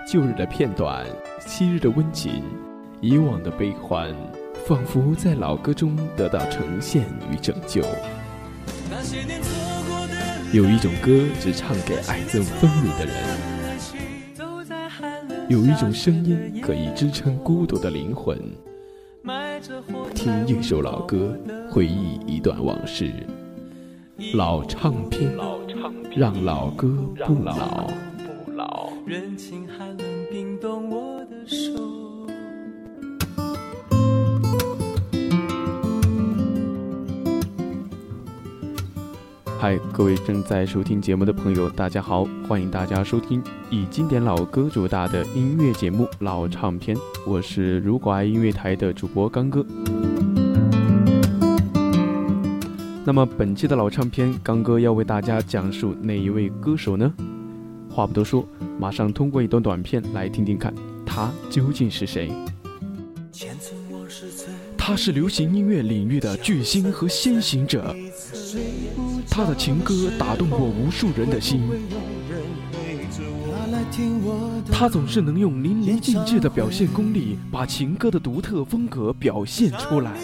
旧日的片段，昔日的温情，以往的悲欢，仿佛在老歌中得到呈现与拯救。有一种歌只唱给爱憎分明的人，有一种声音可以支撑孤独的灵魂。听一首老歌，回忆一段往事。老唱片，让老歌不老。 人情寒冷冰冻我的手。 嗨，各位正在收听节目的朋友，大家好，欢迎大家收听以经典老歌主打的音乐节目《老唱片》，我是如果爱音乐台的主播刚哥。那么本期的老唱片，刚哥要为大家讲述哪一位歌手呢？话不多说，马上通过一段短片来听听看，他究竟是谁？他是流行音乐领域的巨星和先行者，他的情歌打动过无数人的心，他总是能用淋漓尽致的表现功力，把情歌的独特风格表现出来。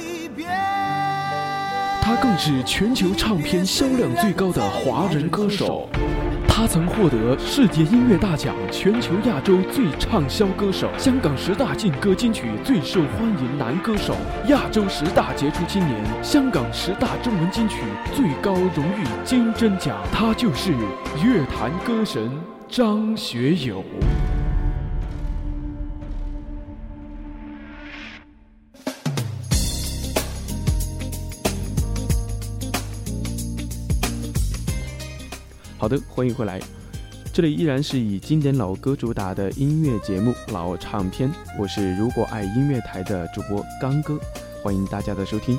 他更是全球唱片销量最高的华人歌手，他曾获得世界音乐大奖全球亚洲最畅销歌手、香港10大劲歌金曲最受欢迎男歌手、亚洲10大杰出青年、香港10大中文金曲最高荣誉金针奖。他就是乐坛歌神张学友。好的，欢迎回来，这里依然是以经典老歌主打的音乐节目《老唱片》，我是如果爱音乐台的主播刚哥，欢迎大家的收听。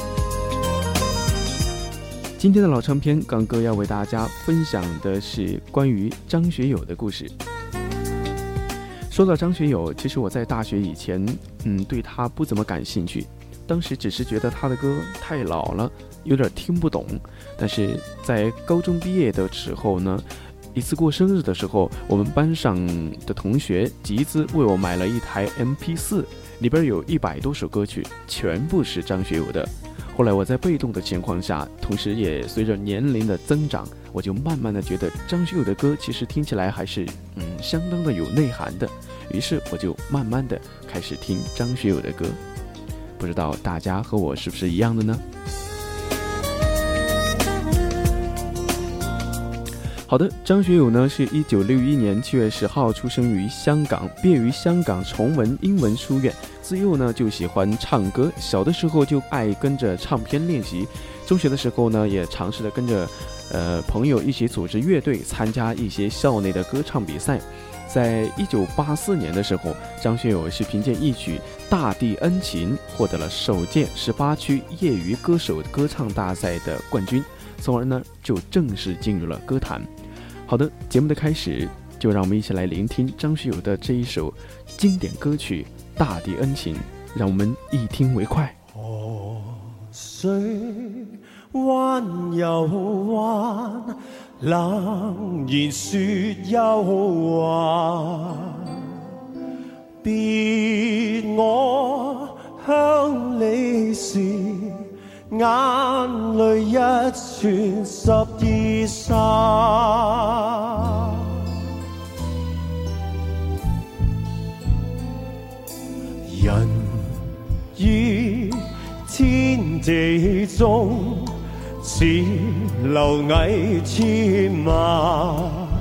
今天的老唱片，刚哥要为大家分享的是关于张学友的故事。说到张学友，其实我在大学以前，对他不怎么感兴趣，当时只是觉得他的歌太老了，有点听不懂。但是在高中毕业的时候呢，一次过生日的时候，我们班上的同学集资为我买了一台 MP4， 里边有100多首歌曲，全部是张学友的。后来我在被动的情况下，同时也随着年龄的增长，我就慢慢的觉得张学友的歌其实听起来还是相当的有内涵的，于是我就慢慢的开始听张学友的歌。不知道大家和我是不是一样的呢？好的，张学友呢是1961年7月10号出生于香港，毕业于香港崇文英文书院。自幼呢就喜欢唱歌，小的时候就爱跟着唱片练习。中学的时候呢，也尝试着跟着朋友一起组织乐队，参加一些校内的歌唱比赛。在1984年的时候，张学友是凭借一曲《大地恩情》获得了首届18区业余歌手歌唱大赛的冠军，从而呢就正式进入了歌坛。好的，节目的开始，就让我们一起来聆听张学友的这一首经典歌曲《大地恩情》，让我们一听为快。 河水彎又彎，冷言雪又滑，別我鄉里時，眼淚一串12沙。人於天地中，似螻蟻千萬，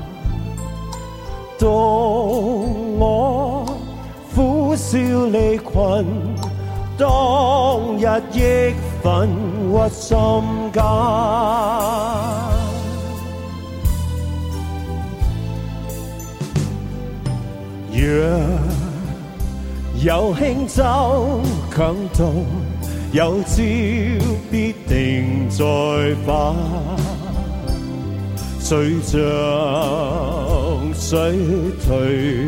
當我苦笑離群，當日憶憤鬱心間。若有輕舟強動，有朝必定再返，水漲水退，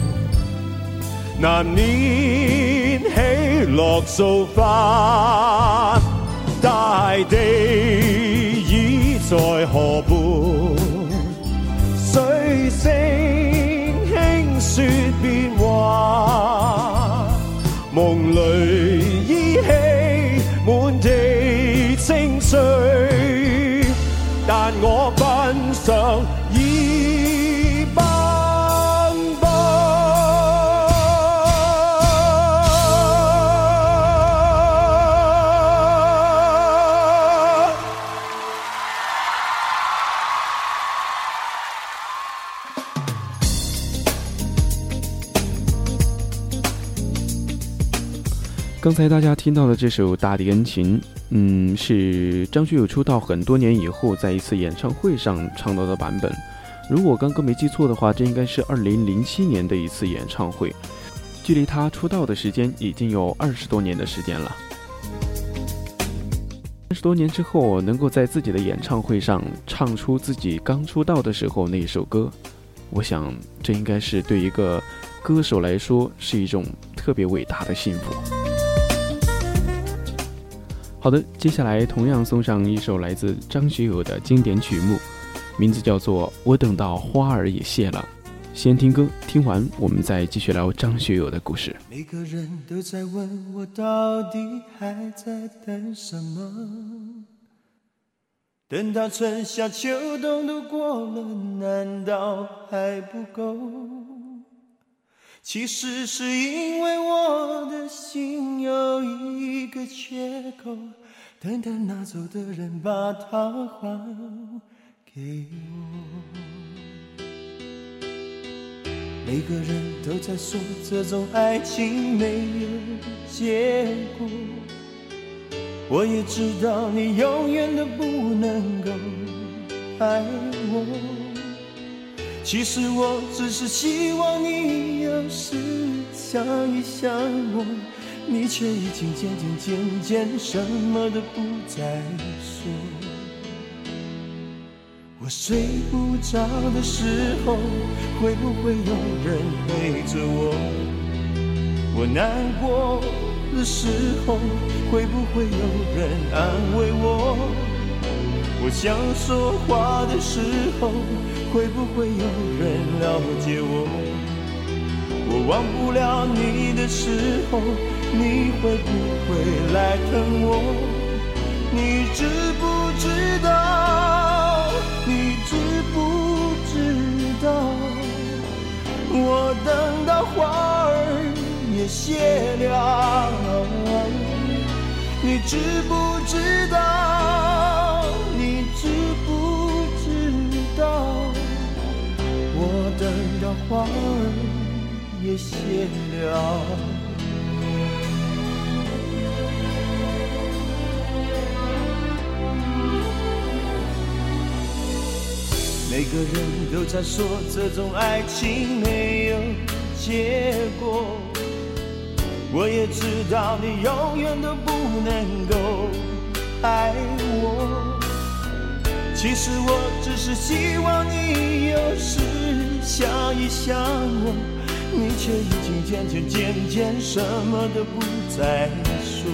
難免喜樂造化。大地已在河畔，水聲輕説夢裏依稀滿地情緒，但我奔上已斑駁。 刚才大家听到的这首《大地恩情》，是张学友出道很多年以后在一次演唱会上唱到的版本。如果我刚刚没记错的话，这应该是2007年的一次演唱会，距离他出道的时间已经有20多年的时间了。20多年之后，能够在自己的演唱会上唱出自己刚出道的时候那一首歌，我想这应该是对一个歌手来说是一种特别伟大的幸福。好的，接下来同样送上一首来自张学友的经典曲目，名字叫做《我等到花儿也谢了》。先听歌，听完我们再继续聊张学友的故事。 每个人都在问我到底还在等什么，等到春夏秋冬都过了，难道还不够？其实是因为我的心有一个缺口，等待拿走的人把它还给我。每个人都在说这种爱情没有结果，我也知道你永远都不能够爱我，其实我只是希望你有时想一想我，你却已经渐渐什么都不再说。我睡不着的时候，会不会有人陪着我？我难过的时候，会不会有人安慰我？我想说话的时候，会不会有人了解我？我忘不了你的时候，你会不会来疼我？你知不知道？你知不知道？我等到花儿也谢了，你知不知道？你知不知道？我等到花儿也谢了。每个人都在说这种爱情没有结果，我也知道你永远都不能够爱我，其实我只是希望你有时想一想我，你却已经渐渐什么都不再说。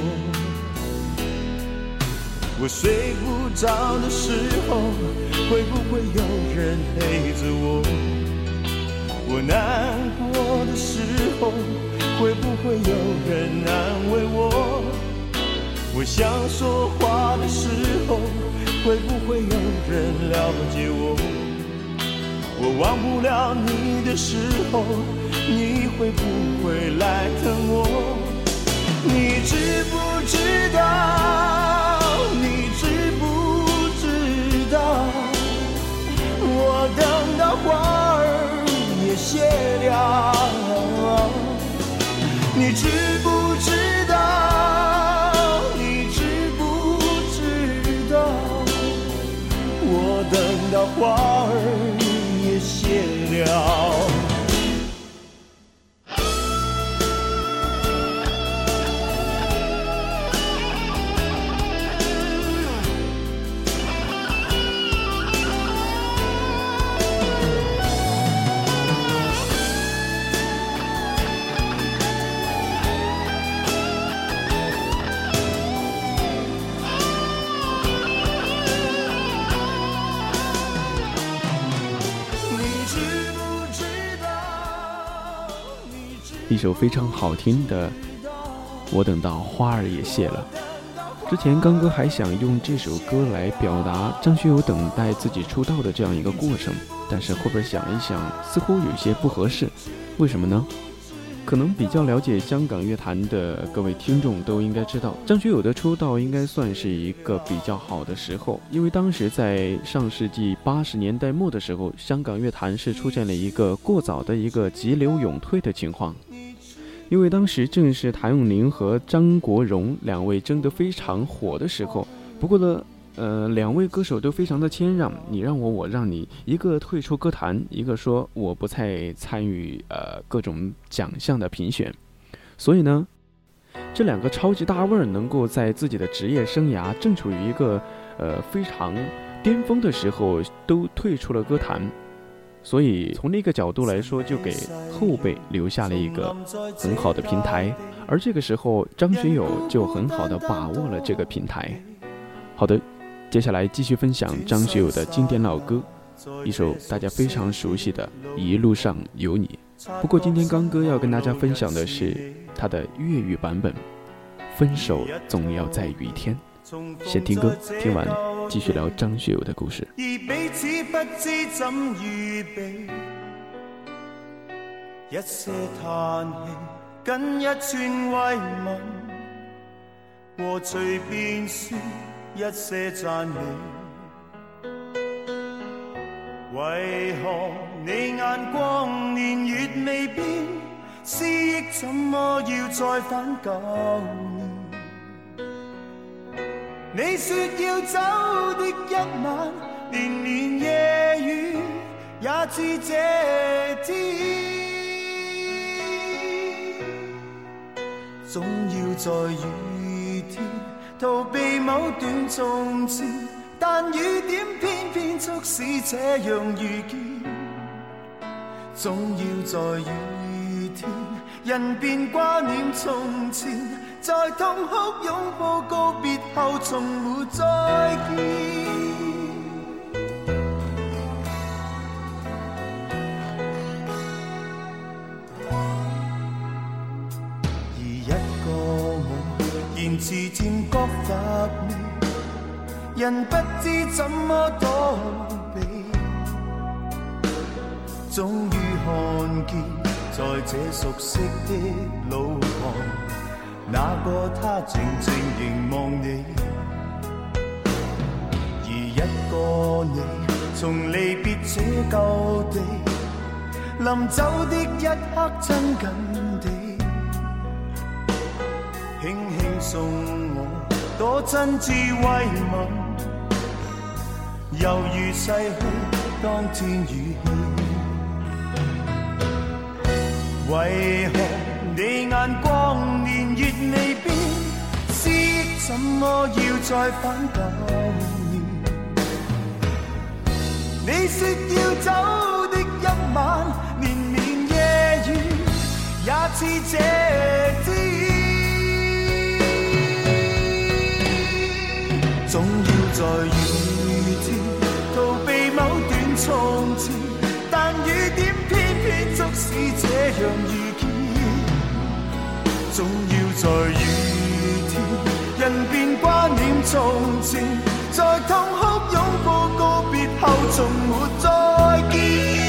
我睡不着的时候，会不会有人陪着我？我难过的时候，会不会有人安慰我？我想说话的时候，会不会有人了解我？我忘不了你的时候，你会不会来疼我？你知不知道？你知不知道？我等到花儿也谢了，你知不知道？你知不知道？我等到花儿也谢了。 一首非常好听的我等到花儿也谢了。之前刚哥还想用这首歌来表达张学友等待自己出道的这样一个过程，但是后边想一想，似乎有些不合适。为什么呢？可能比较了解香港乐坛的各位听众都应该知道，张学友的出道应该算是一个比较好的时候，因为当时在上世纪80年代末的时候，香港乐坛是出现了一个过早的一个急流勇退的情况。因为当时正是谭咏麟和张国荣两位争得非常火的时候，不过呢，两位歌手都非常的谦让，你让我，我让你，一个退出歌坛，一个说我不再参与各种奖项的评选，所以呢，这两个超级大腕能够在自己的职业生涯正处于一个非常巅峰的时候都退出了歌坛。所以从那个角度来说，就给后辈留下了一个很好的平台，而这个时候张学友就很好的把握了这个平台。好的，接下来继续分享张学友的经典老歌，一首大家非常熟悉的《一路上有你》。不过今天刚哥要跟大家分享的是他的粤语版本，《分手总要在雨天》。先听歌，听完继续聊张学友的故事。 而彼此不知怎預備，一些嘆氣跟一串慰問，和隨便說一些讚美。為何你眼光年月未變，思憶怎麼要再返舊年？你說要走的一晚，連連夜雨也似這天，總要在雨天逃避某段從前，但雨點偏偏促使這樣遇見，總要在雨天人便掛念從前，在痛哭擁抱告別後從沒再見。而一個我言辭漸覺乏味，人不知怎麼躲避，終於看見在這熟悉的路旁，那個他靜靜凝望你，而一個你從離別這舊地，臨走的一刻親近地，輕輕送我多真摯慰問，猶如逝去當天語氣。為何你眼光年月未變，思憶怎麼要再返舊年？你說要走的一晚，連連夜雨也似這天，總要在雨天逃避某段從前，但雨點偏偏促使這樣遇見，總要在雨天人便掛念從前，在痛哭擁抱告別後從沒再見。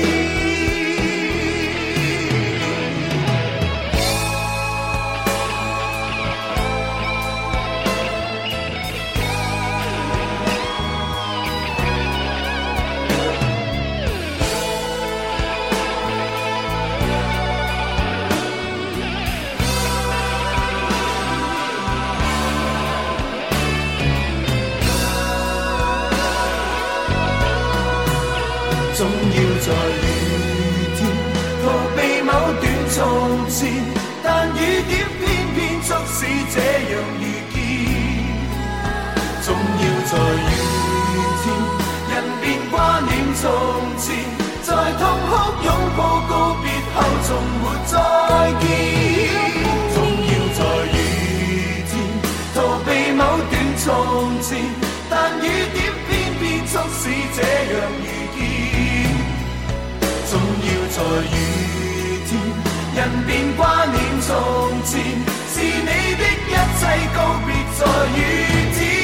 總要在雨天逃避某段從前，但雨點偏偏促使這樣遇見，總要在雨天人便掛念從前，在痛哭擁抱告別後從沒再見，總要在雨天逃避某段從前，但雨點偏偏促使這樣遇見，總要在雨天人便掛念從前， 是你的一切告別在雨天。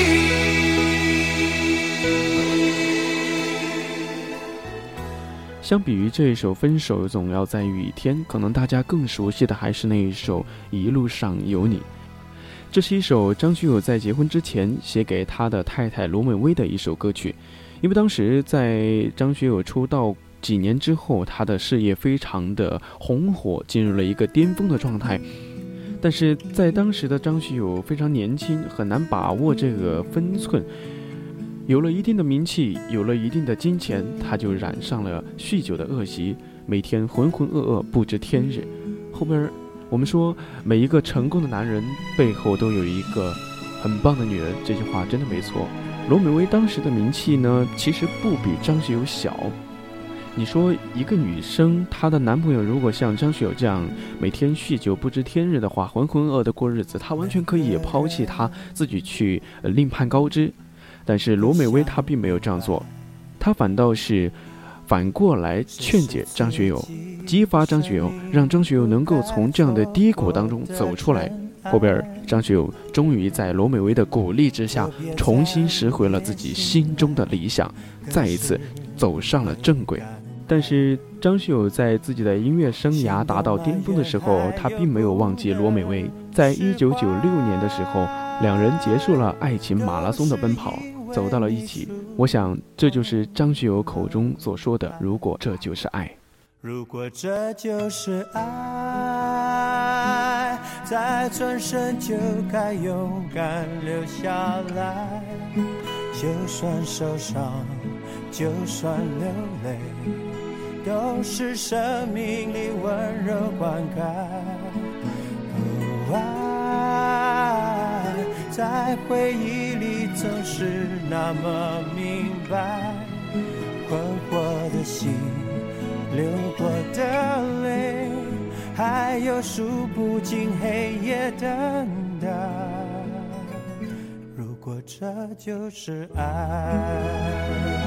相比于这一首《分手总要在雨天》，可能大家更熟悉的还是那一首《一路上有你》。这是一首张学友在结婚之前写给他的太太罗美薇的一首歌曲。因为当时在张学友出道几年之后，他的事业非常的红火，进入了一个巅峰的状态。但是在当时的张学友非常年轻，很难把握这个分寸。有了一定的名气，有了一定的金钱，他就染上了酗酒的恶习，每天浑浑噩噩不知天日。后边我们说，每一个成功的男人背后都有一个很棒的女人，这句话真的没错。罗美薇当时的名气呢，其实不比张学友小。你说一个女生，她的男朋友如果像张学友这样每天酗酒不知天日的话，浑浑噩噩的过日子，她完全可以也抛弃他，自己去另攀高枝。但是罗美薇她并没有这样做，她反倒是反过来劝解张学友，激发张学友，让张学友能够从这样的低谷当中走出来。后边张学友终于在罗美薇的鼓励之下，重新拾回了自己心中的理想，再一次走上了正轨。但是张学友在自己的音乐生涯达到巅峰的时候，他并没有忘记罗美薇。在1996年的时候，两人结束了爱情马拉松的奔跑，走到了一起。我想这就是张学友口中所说的，如果这就是爱。 如果这就是爱，再转身就该勇敢留下来，就算受伤，就算流泪，都是生命里温柔灌溉。爱在回忆里总是那么明白，困惑的心，流过的泪，还有数不尽黑夜等待。如果这就是爱，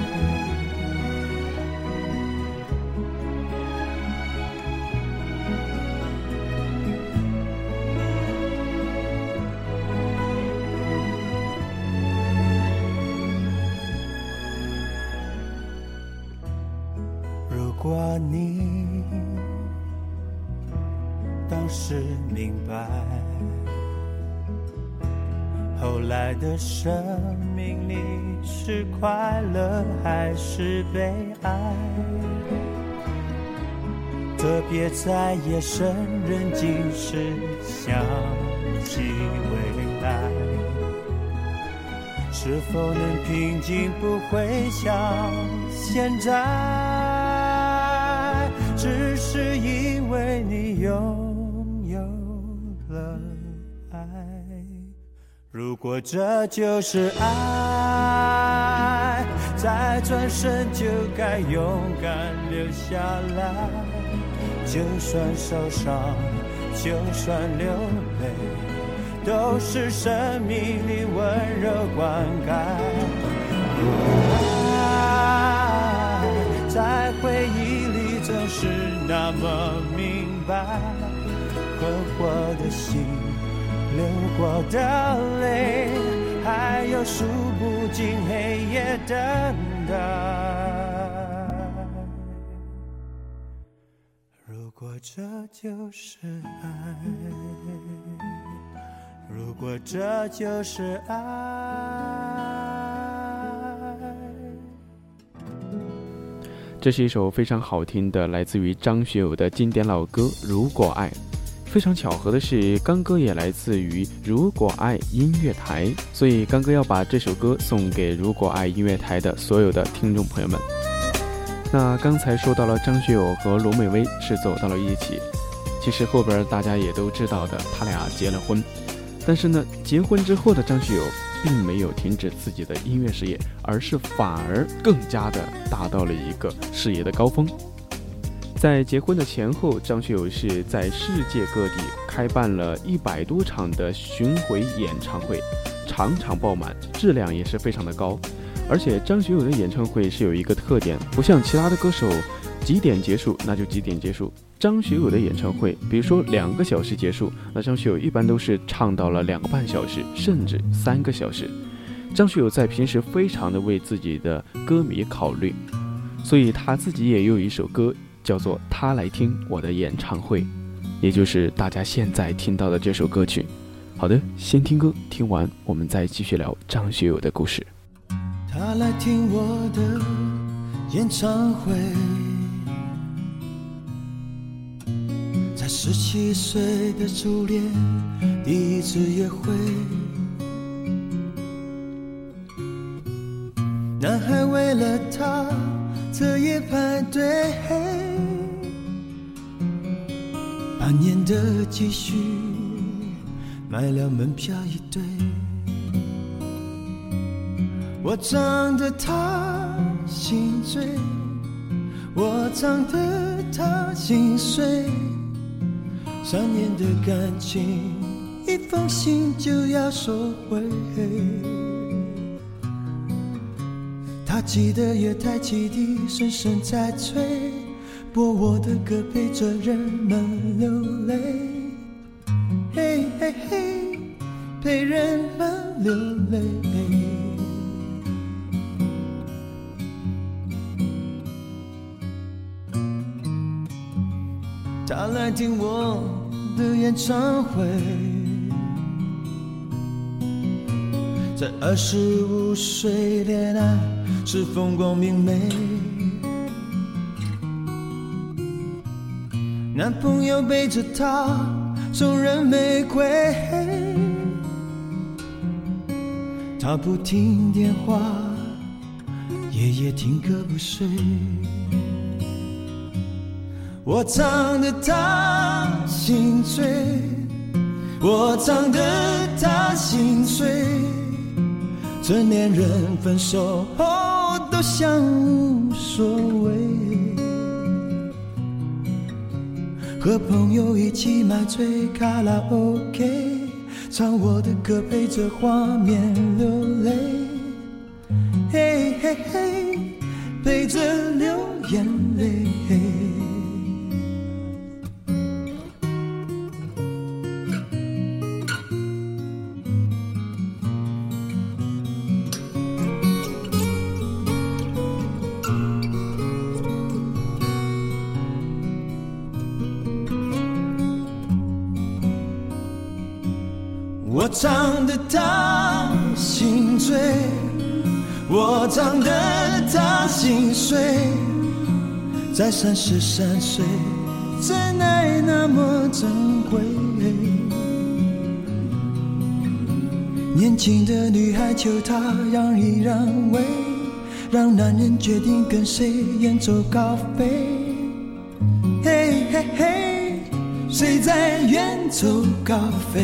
如果你当时明白，后来的生命里是快乐还是悲哀，特别在夜深人静时想起未来，是否能平静，不会像现在，只是因为你拥有了爱。如果这就是爱，再转身就该勇敢留下来，就算受伤，就算流泪，都是生命里温柔灌溉。爱在回忆里总是那么明白，困惑的心，流过的泪，还有数不尽黑夜等待。如果这就是爱，如果这就是爱。 这是一首非常好听的来自于张学友的经典老歌《如果爱》。非常巧合的是，刚哥也来自于如果爱音乐台，所以刚哥要把这首歌送给如果爱音乐台的所有的听众朋友们。那刚才说到了张学友和罗美薇是走到了一起，其实后边大家也都知道的，他俩结了婚。但是呢，结婚之后的张学友并没有停止自己的音乐事业，而是反而更加的达到了一个事业的高峰。在结婚的前后，张学友是在世界各地开办了100多场的巡回演唱会，场场爆满，质量也是非常的高。而且张学友的演唱会是有一个特点，不像其他的歌手几点结束那就几点结束。张学友的演唱会，比如说2个小时结束，那张学友一般都是唱到了2个半小时，甚至3个小时。张学友在平时非常的为自己的歌迷考虑，所以他自己也有一首歌叫做《他来听我的演唱会》，也就是大家现在听到的这首歌曲。好的，先听歌，听完我们再继续聊张学友的故事。 他来听我的演唱会，在17岁的初恋第一次约会，男孩为了他彻夜排队，半年的积蓄买了门票一对。我唱得他心醉，我唱得他心碎，3年的感情1封信就要收回。他记得月台汽笛声声在催，播我的歌陪着人们流泪，嘿嘿嘿，陪人们流泪。他来听我的演唱会，在25岁恋爱是风光明媚，男朋友背着她送人玫瑰，她不听电话，夜夜听歌不睡。我唱得他心醉，我唱得他心碎，成年人分手后都像无所谓，和朋友一起买醉卡拉 OK， 唱我的歌陪着画面流泪，嘿嘿嘿，陪着流眼泪。我唱得他心醉，我唱得他心碎，在33岁，真爱那么珍贵。年轻的女孩求他让一让位，让男人决定跟谁远走高飞。嘿嘿嘿，谁在远走高飞？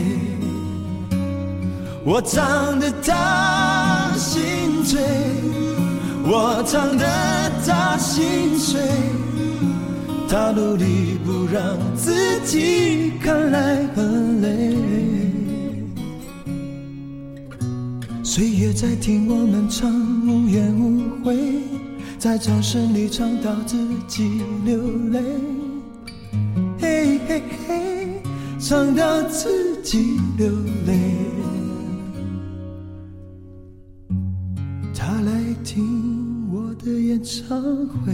我唱得他心醉，我唱得他心碎，他努力不让自己看来很累。岁月在听我们唱无怨无悔，在掌声里唱到自己流泪，嘿嘿嘿，唱到自己流泪。他来听我的演唱会，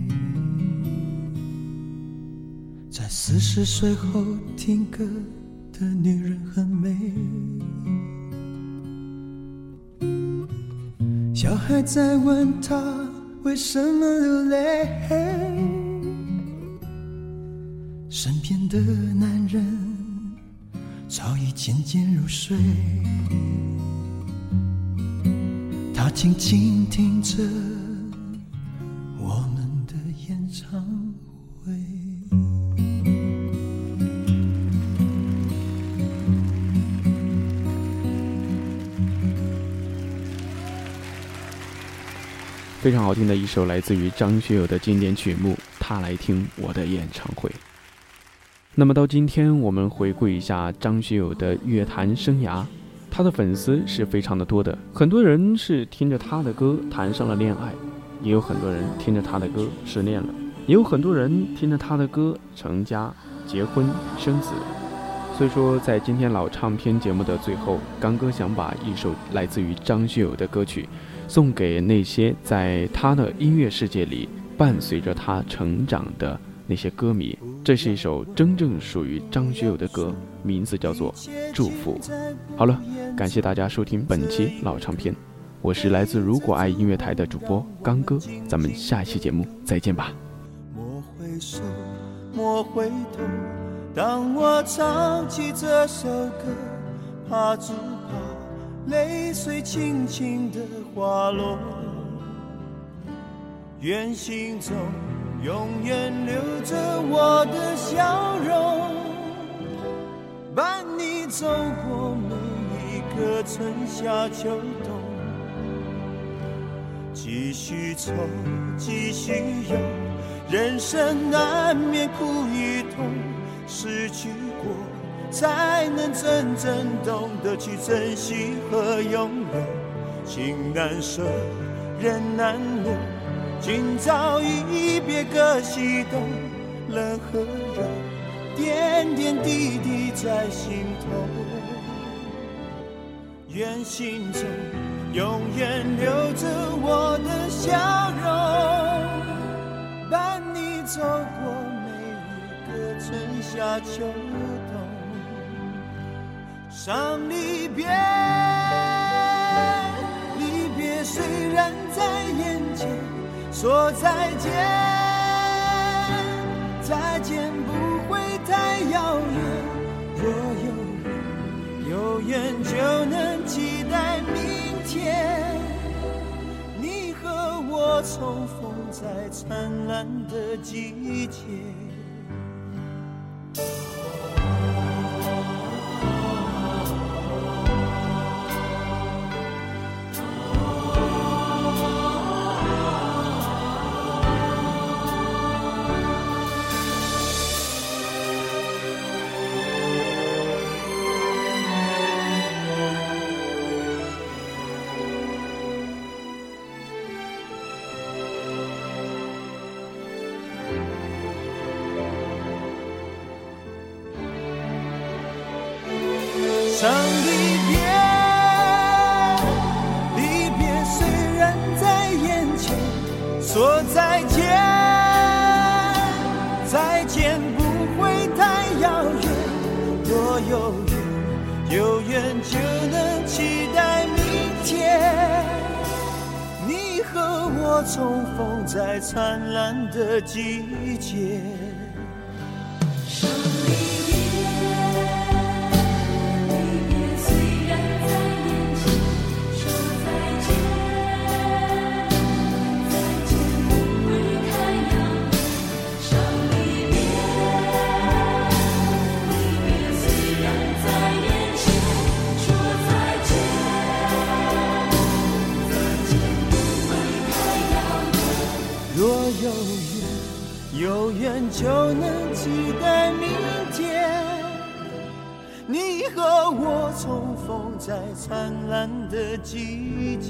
在40岁后听歌的女人很美，小孩在问他为什么流泪，身边的男人早已渐渐入睡，他静静听着我们的演唱会。 非常好听的一首来自于张学友的经典曲目《他来听我的演唱会》。那么到今天，我们回顾一下张学友的乐坛生涯，他的粉丝是非常的多的，很多人是听着他的歌谈上了恋爱，也有很多人听着他的歌失恋了。 也有很多人听着他的歌成家、结婚、生子。所以说，在今天老唱片节目的最后，刚哥想把一首来自于张学友的歌曲送给那些在他的音乐世界里伴随着他成长的那些歌迷。这是一首真正属于张学友的歌，名字叫做《祝福》。好了，感谢大家收听本期老唱片，我是来自如果爱音乐台的主播刚哥，咱们下一期节目再见吧。 莫回首，莫回头，当我唱起这首歌，怕只怕泪水轻轻地滑落，愿心中永远留着我的笑容，伴你走过每一个春夏秋冬，继续愁，继续忧，人生难免苦与痛，失去过才能真正懂得去珍惜和拥有，情难舍，人难留，今朝一别各西东，冷和热点点滴滴在心头，愿心中永远留着我的笑容，伴你走过每一个春夏秋冬。伤离别，离别虽然在眼前，说再见，再见不会太遥远，若有缘就能期待明天，你和我重逢在灿烂的季节。伤离别，离别虽然在眼前，说再见，再见不会太遥远，若有缘就能期待明天，你和我重逢在灿烂的季节。有缘就能期待明天，你和我重逢在灿烂的季节。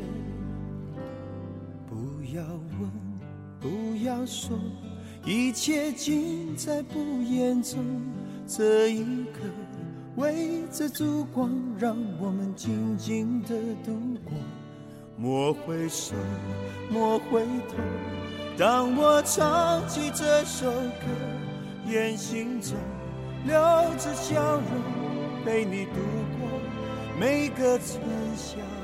不要问，不要说，一切尽在不言中。这一刻，围着烛光，让我们静静地度过。莫回首，莫回头，当我唱起这首歌，愿心中留着笑容，陪你度过每个春夏